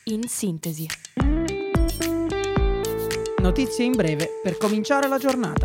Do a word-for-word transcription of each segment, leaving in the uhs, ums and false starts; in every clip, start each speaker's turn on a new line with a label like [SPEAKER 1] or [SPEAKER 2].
[SPEAKER 1] in sintesi.
[SPEAKER 2] Notizie in breve per cominciare la giornata.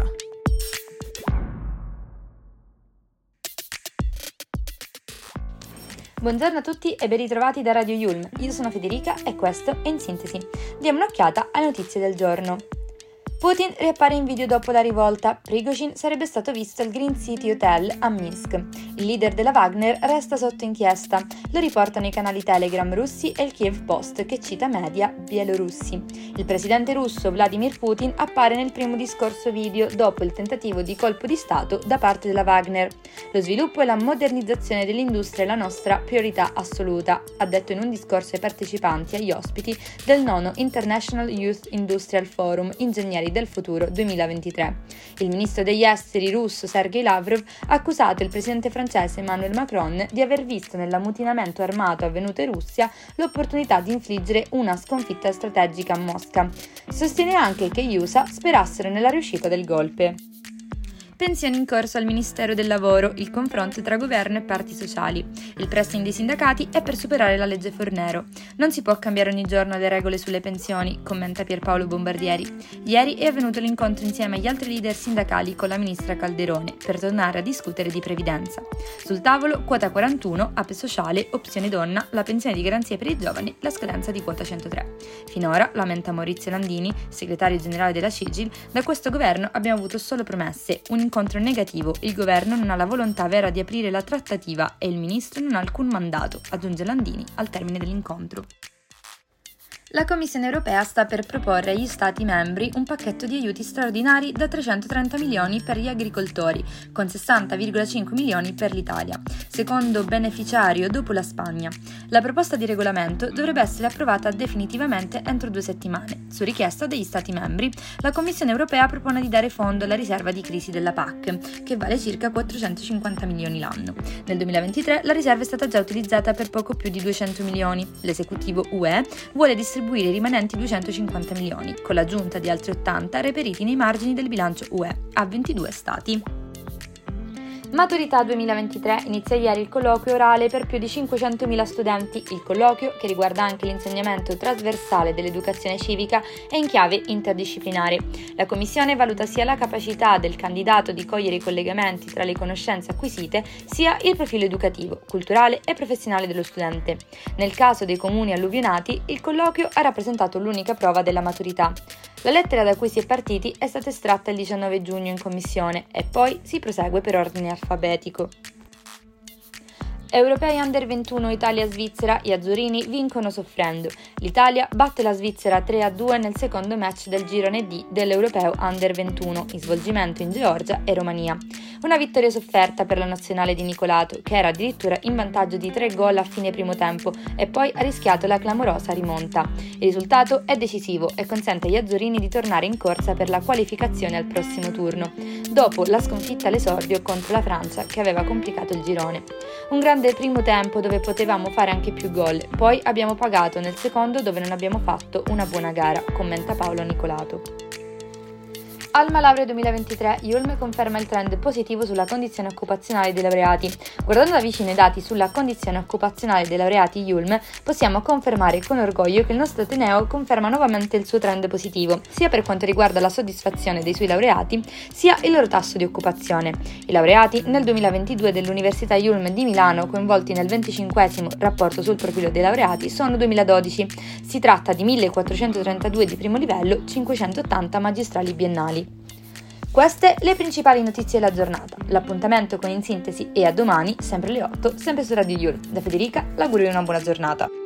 [SPEAKER 3] Buongiorno a tutti e ben ritrovati da Radio Yulm. Io sono Federica e questo è In Sintesi. Diamo un'occhiata alle notizie del giorno. Putin riappare in video dopo la rivolta. Prigozhin sarebbe stato visto al Green City Hotel a Minsk. Il leader della Wagner resta sotto inchiesta. Lo riportano i canali Telegram russi e il Kiev Post, che cita media bielorussi. Il presidente russo Vladimir Putin appare nel primo discorso video dopo il tentativo di colpo di Stato da parte della Wagner. Lo sviluppo e la modernizzazione dell'industria è la nostra priorità assoluta, ha detto in un discorso ai partecipanti e agli ospiti del nono International Youth Industrial Forum Ingegneri del Futuro duemilaventitré. Il ministro degli esteri russo Sergei Lavrov ha accusato il presidente francese Emmanuel Macron di aver visto nell'ammutinamento armato avvenuto in Russia l'opportunità di infliggere una sconfitta strategica a Mosca. Sostiene anche che gli U S A sperassero nella riuscita del golpe. Pensioni in corso al Ministero del Lavoro, il confronto tra governo e parti sociali. Il pressing dei sindacati è per superare la legge Fornero. Non si può cambiare ogni giorno le regole sulle pensioni, commenta Pierpaolo Bombardieri. Ieri è avvenuto l'incontro insieme agli altri leader sindacali con la ministra Calderone per tornare a discutere di previdenza. Sul tavolo quota quarantuno, A P E sociale, opzione donna, la pensione di garanzia per i giovani, la scadenza di quota centotré. Finora, lamenta Maurizio Landini, segretario generale della CIGIL, da questo governo abbiamo avuto solo promesse, un incontro negativo, il governo non ha la volontà vera di aprire la trattativa e il ministro non ha alcun mandato, aggiunge Landini al termine dell'incontro. La Commissione europea sta per proporre agli Stati membri un pacchetto di aiuti straordinari da trecentotrenta milioni per gli agricoltori, con sessanta virgola cinque milioni per l'Italia, secondo beneficiario dopo la Spagna. La proposta di regolamento dovrebbe essere approvata definitivamente entro due settimane. Su richiesta degli Stati membri, la Commissione europea propone di dare fondo alla riserva di crisi della P A C, che vale circa quattrocentocinquanta milioni l'anno. Nel duemilaventitré la riserva è stata già utilizzata per poco più di duecento milioni. L'esecutivo U E vuole distribuire i rimanenti duecentocinquanta milioni, con l'aggiunta di altri ottanta reperiti nei margini del bilancio U E a ventidue Stati. Maturità duemilaventitré, inizia ieri il colloquio orale per più di cinquecentomila studenti. Il colloquio, che riguarda anche l'insegnamento trasversale dell'educazione civica, è in chiave interdisciplinare. La commissione valuta sia la capacità del candidato di cogliere i collegamenti tra le conoscenze acquisite, sia il profilo educativo, culturale e professionale dello studente. Nel caso dei comuni alluvionati, il colloquio ha rappresentato l'unica prova della maturità. La lettera da cui si è partiti è stata estratta il diciannove giugno in commissione e poi si prosegue per ordine alfabetico. Europei Under ventuno Italia-Svizzera, gli azzurrini vincono soffrendo. L'Italia batte la Svizzera tre a due nel secondo match del girone D dell'Europeo Under ventuno, in svolgimento in Georgia e Romania. Una vittoria sofferta per la nazionale di Nicolato, che era addirittura in vantaggio di tre gol a fine primo tempo e poi ha rischiato la clamorosa rimonta. Il risultato è decisivo e consente agli azzurrini di tornare in corsa per la qualificazione al prossimo turno, dopo la sconfitta all'esordio contro la Francia che aveva complicato il girone. Un grande primo tempo dove potevamo fare anche più gol, poi abbiamo pagato nel secondo dove non abbiamo fatto una buona gara, commenta Paolo Nicolato. Alma Laurea duemilaventitré, Yulm conferma il trend positivo sulla condizione occupazionale dei laureati. Guardando da vicino i dati sulla condizione occupazionale dei laureati Yulm, possiamo confermare con orgoglio che il nostro Ateneo conferma nuovamente il suo trend positivo, sia per quanto riguarda la soddisfazione dei suoi laureati, sia il loro tasso di occupazione. I laureati nel duemilaventidue dell'Università Yulm di Milano, coinvolti nel venticinquesimo rapporto sul profilo dei laureati, sono duemiladodici. Si tratta di millequattrocentotrentadue di primo livello, cinquecentottanta magistrali biennali. Queste le principali notizie della giornata. L'appuntamento con In Sintesi è a domani, sempre alle otto, sempre su Radio Yulm. Da Federica, l'augurio di una buona giornata.